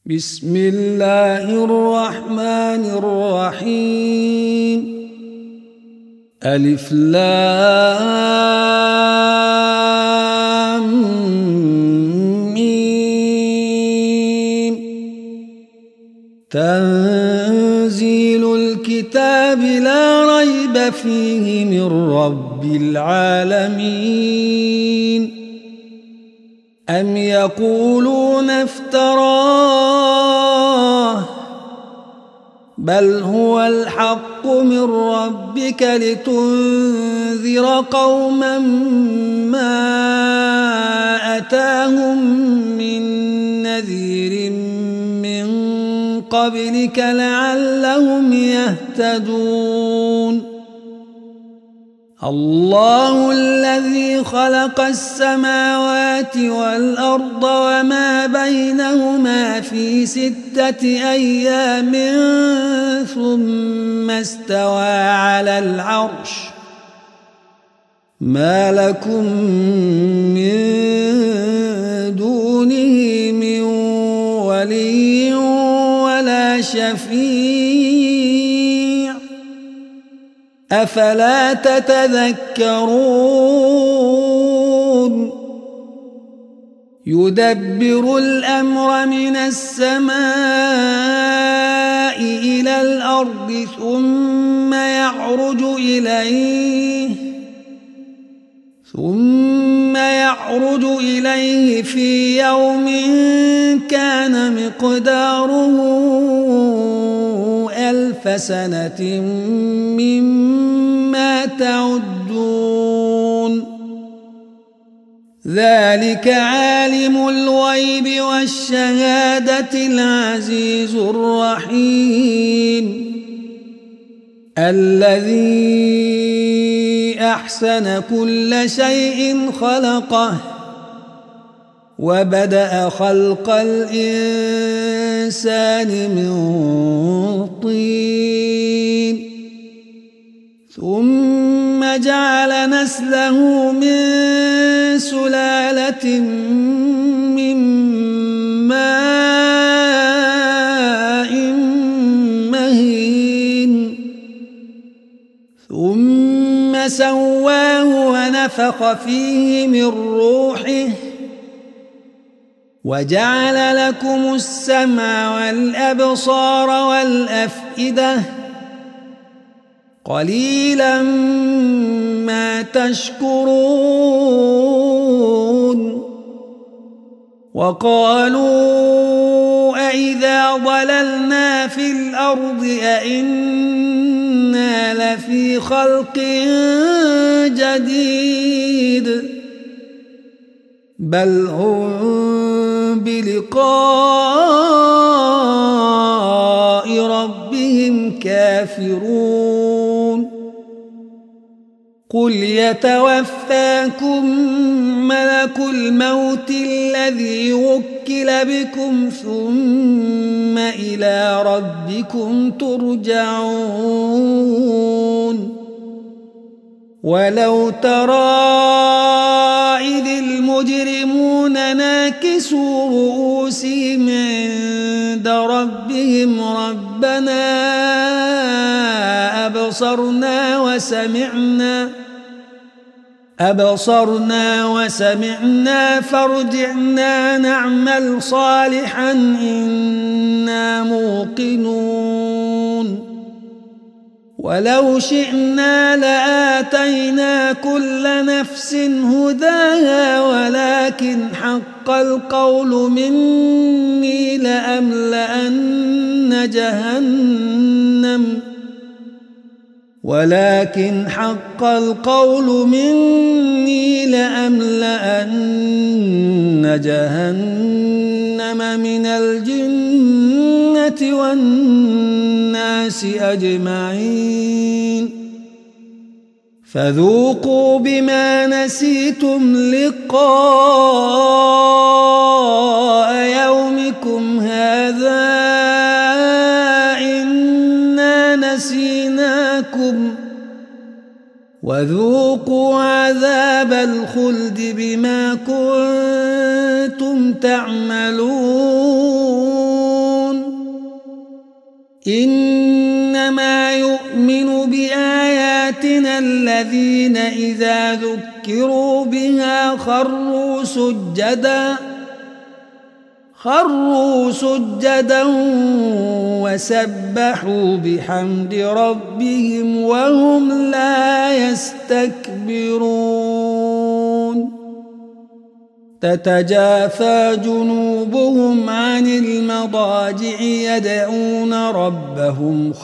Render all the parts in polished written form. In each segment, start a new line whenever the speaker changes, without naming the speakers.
بسم الله الرحمن الرحيم. ألف لام ميم. تنزيل الكتاب لا ريب فيه من رب العالمين. أم يقولون افتراه بل هو الحق من ربك لتنذر قوما ما أتاهم من نذير من قبلك لعلهم يهتدون. الله الذي خلق السماوات والأرض وما بينهما في 6 أيام ثم استوى على العرش. ما لكم من دونه من ولي ولا شفيع أفلا تتذكرون. يدبر الأمر من السماء إلى الأرض ثم يعرج إليه في يوم كان مقداره 1000 سنة مما تعدون. ذلك عالم الغيب والشهادة العزيز الرحيم. الذي أحسن كل شيء خلقه وبدأ خلق الإنسان من طين ثم جعل نسله من سلالة من ماء مهين ثم سواه ونفخ فيه من روحه وجعل لكم السمع والأبصار والأفئدة قليلا ما تشكرون. وقالوا أإذا ضللنا في الأرض أإنا لفي خلق جديد بل هم بلقاء ربهم كافرون. قل يتوفاكم ملك الموت الذي وكل بكم ثم إلى ربكم ترجعون. ولو ترى إذ المجرمون ناكسوا رؤوسهم عند ربهم ربنا أبصرنا وسمعنا فارجعنا نعمل صالحا إنا موقنون. ولو شئنا لآتينا كل نفس هداها ولكن حق القول مني لأملأن جهنم من الجنة والناس أجمعين. فذوقوا بما نسيتم لقاء يومكم هذا إنا نسيناكم وذوقوا عذاب الخلد بما كنتم تعملون. إنما يؤمن بآياتنا الذين إذا ذكروا بها خروا سجدا وسبحوا بحمد ربهم وهم لا يستكبرون تتجافى جنوبهم عن المضاجع يدعون ربهم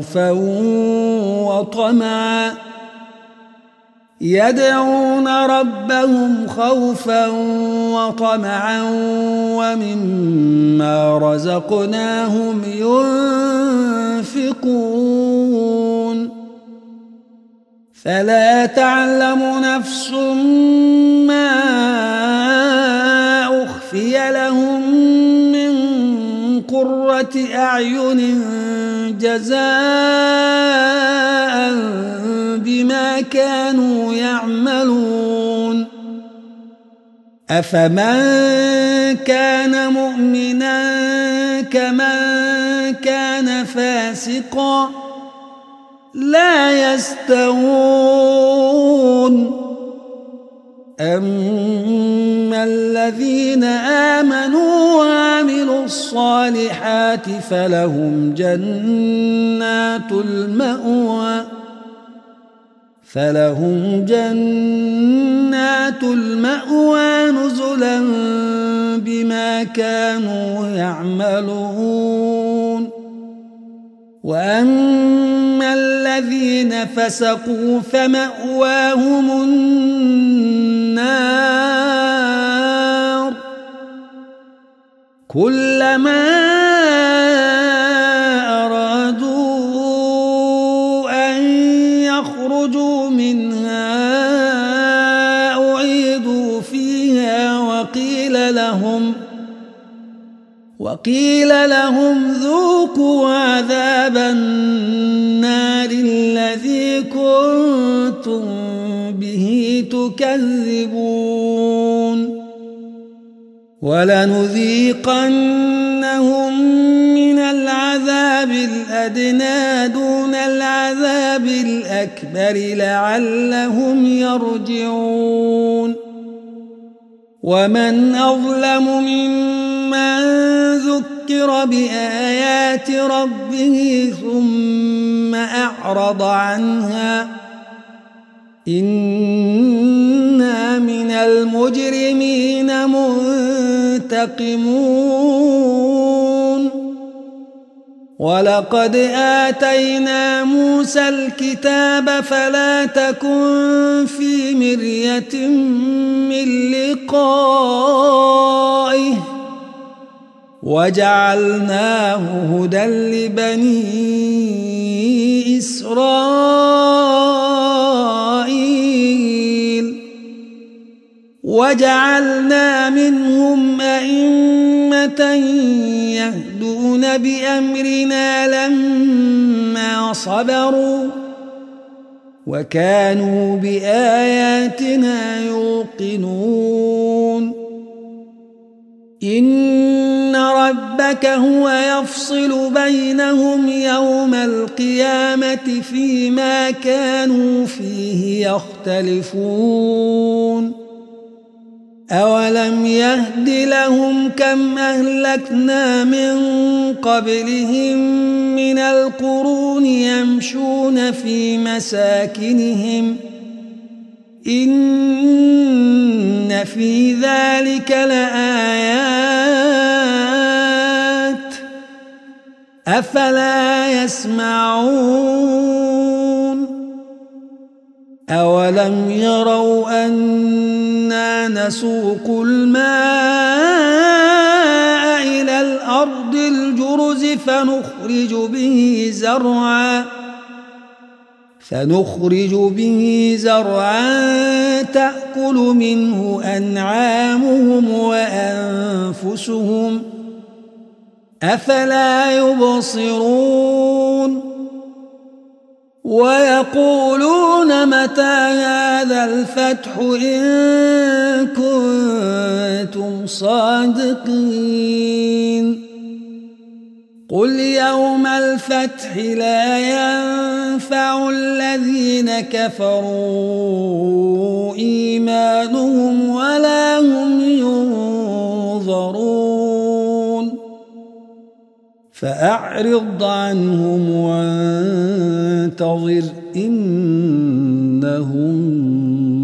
خوفا وطمعا ومما رزقناهم ينفقون فلا تعلم نفس ما أخفي لهم من قرة أعين جزاء بما كانوا يعملون أفمن كان مؤمنا كمن كان فاسقا لا يستوون أما الذين آمنوا وعملوا الصالحات فلهم جنات المأوى نزلا بما كانوا يعملون وأما الذين فسقوا فمأواهم النار كلما أرادوا أن يخرجوا منها أعيدوا فيها وقيل لهم ذوقوا عذاب النار الذي كنتم به تكذبون ولنذيقنهم من العذاب الأدنى دون العذاب الأكبر لعلهم يرجعون ومن أظلم ممن ذكر بآيات ربه ثم أعرض عنها إنا من المجرمين منتقمون ولقد آتينا موسى الكتاب فلا تكن في مرية من لقائه وجعلناه هدى لبني إسرائيل وجعلنا منهم أئمة يهدون بأمرنا لما صبروا وكانوا بآياتنا يوقنون إن ربك هو يفصل بينهم يوم القيامة فيما كانوا فيه يختلفون أولم يهد لهم كم أهلكنا من قبلهم من القرون يمشون في مساكنهم إن في ذلك لآيات أفلا يسمعون أولم يروا أنا نسوق الماء إلى الأرض الجرز فنخرج به زرعا تأكل منه أنعامهم وأنفسهم أفلا يبصرون ويقولون متى هذا الفتح إن كنتم صادقين قل يوم الفتح لا ينفع الذين كفروا إيمانهم ولا هم ينظرون فأعرض عنهم وانتظر إنهم